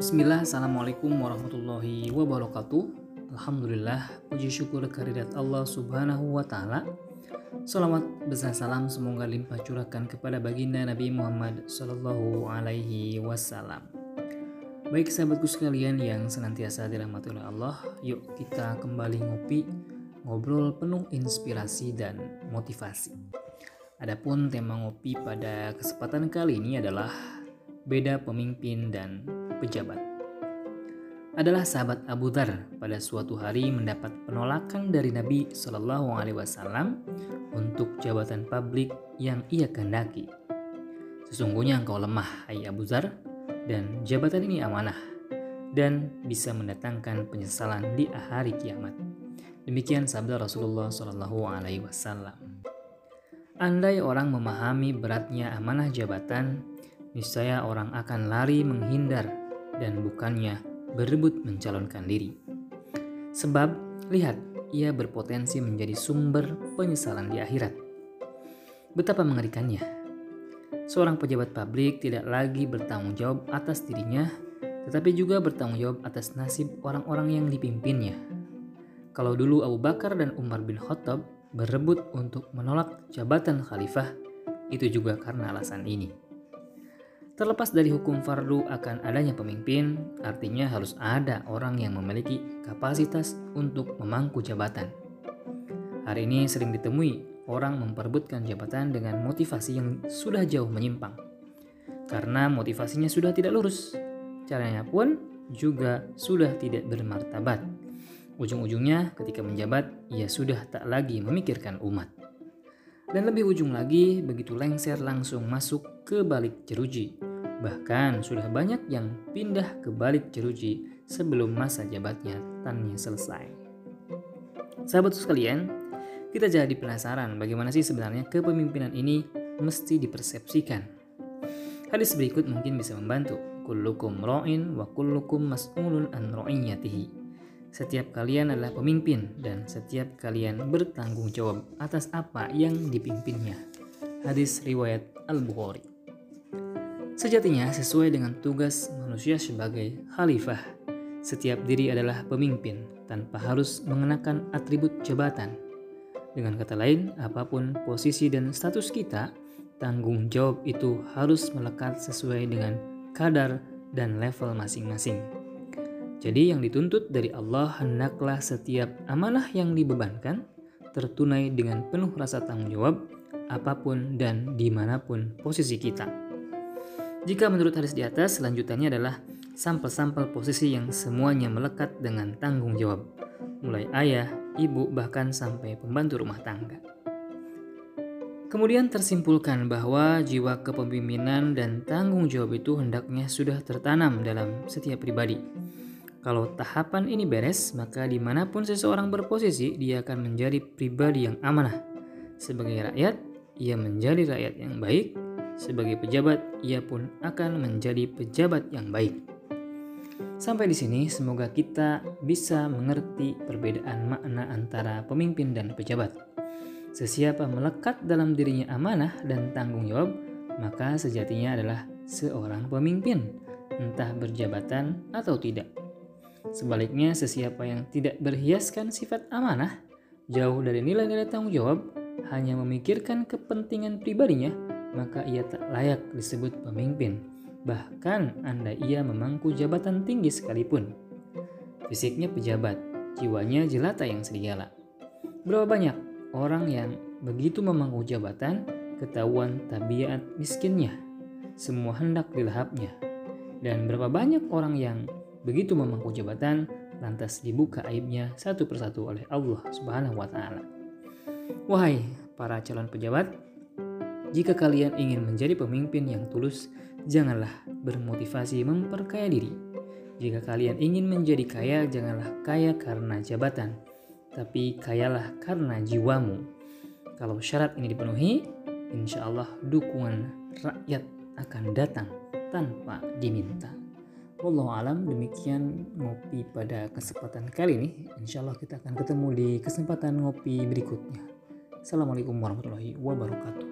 Bismillah, Assalamualaikum warahmatullahi wabarakatuh. Alhamdulillah, puji syukur kehadirat Allah subhanahu wa ta'ala. Salawat besar salam semoga limpah curahkan kepada baginda Nabi Muhammad sallallahu alaihi wasallam. Baik sahabatku sekalian yang senantiasa dirahmati oleh Allah, yuk kita kembali ngopi, ngobrol penuh inspirasi dan motivasi. Adapun tema ngopi pada kesempatan kali ini adalah beda pemimpin dan pejabat. Adalah sahabat Abu Dzar pada suatu hari mendapat penolakan dari Nabi Shallallahu Alaihi Wasallam untuk jabatan publik yang ia kehendaki. Sesungguhnya engkau lemah, hai Abu Dzar, dan jabatan ini amanah dan bisa mendatangkan penyesalan di hari kiamat. Demikian sabda Rasulullah Shallallahu Alaihi Wasallam. Andai orang memahami beratnya amanah jabatan, niscaya orang akan lari menghindar dan bukannya berebut mencalonkan diri. Sebab, lihat, ia berpotensi menjadi sumber penyesalan di akhirat. Betapa mengerikannya. Seorang pejabat publik tidak lagi bertanggung jawab atas dirinya, tetapi juga bertanggung jawab atas nasib orang-orang yang dipimpinnya. Kalau dulu Abu Bakar dan Umar bin Khattab berebut untuk menolak jabatan khalifah, itu juga karena alasan ini. Terlepas dari hukum fardu akan adanya pemimpin, artinya harus ada orang yang memiliki kapasitas untuk memangku jabatan. Hari ini sering ditemui orang memperebutkan jabatan dengan motivasi yang sudah jauh menyimpang. Karena motivasinya sudah tidak lurus, caranya pun juga sudah tidak bermartabat. Ujung-ujungnya ketika menjabat, ia sudah tak lagi memikirkan umat. Dan lebih ujung lagi, begitu lengser langsung masuk ke balik jeruji. Bahkan sudah banyak yang pindah ke balik jeruji sebelum masa jabatnya tannya selesai. Sahabat sekalian, kita jadi penasaran bagaimana sih sebenarnya kepemimpinan ini mesti dipersepsikan. Hadis berikut mungkin bisa membantu. Kullukum ra'in wa kullukum mas'ulun an ra'iyatihi. Setiap kalian adalah pemimpin dan setiap kalian bertanggung jawab atas apa yang dipimpinnya. Hadis riwayat Al-Bukhari. Sejatinya sesuai dengan tugas manusia sebagai khalifah, setiap diri adalah pemimpin tanpa harus mengenakan atribut jabatan. Dengan kata lain, apapun posisi dan status kita, tanggung jawab itu harus melekat sesuai dengan kadar dan level masing-masing. Jadi yang dituntut dari Allah hendaklah setiap amanah yang dibebankan tertunai dengan penuh rasa tanggung jawab apapun dan dimanapun posisi kita. Jika menurut hadis di atas, selanjutannya adalah sampel-sampel posisi yang semuanya melekat dengan tanggung jawab, mulai ayah, ibu, bahkan sampai pembantu rumah tangga. Kemudian tersimpulkan bahwa jiwa kepemimpinan dan tanggung jawab itu hendaknya sudah tertanam dalam setiap pribadi. Kalau tahapan ini beres, maka dimanapun seseorang berposisi, dia akan menjadi pribadi yang amanah. Sebagai rakyat, ia menjadi rakyat yang baik. Sebagai pejabat, ia pun akan menjadi pejabat yang baik. Sampai di sini, semoga kita bisa mengerti perbedaan makna antara pemimpin dan pejabat. Sesiapa melekat dalam dirinya amanah dan tanggung jawab, maka sejatinya adalah seorang pemimpin, entah berjabatan atau tidak. Sebaliknya, sesiapa yang tidak berhiaskan sifat amanah, jauh dari nilai-nilai tanggung jawab, hanya memikirkan kepentingan pribadinya, maka ia tak layak disebut pemimpin. Bahkan andai ia memangku jabatan tinggi sekalipun. Fisiknya pejabat, jiwanya jelata yang serigala. Berapa banyak orang yang begitu memangku jabatan, ketahuan tabiat miskinnya, semua hendak dilahapnya. Dan berapa banyak orang yang begitu memangku jabatan, lantas dibuka aibnya satu persatu oleh Allah Subhanahu wa Ta'ala. Wahai para calon pejabat, jika kalian ingin menjadi pemimpin yang tulus, janganlah bermotivasi memperkaya diri. Jika kalian ingin menjadi kaya, janganlah kaya karena jabatan, tapi kayalah karena jiwamu. Kalau syarat ini dipenuhi, insya Allah dukungan rakyat akan datang tanpa diminta. Wallahu alam, demikian ngopi pada kesempatan kali ini. Insya Allah kita akan ketemu di kesempatan ngopi berikutnya. Assalamualaikum warahmatullahi wabarakatuh.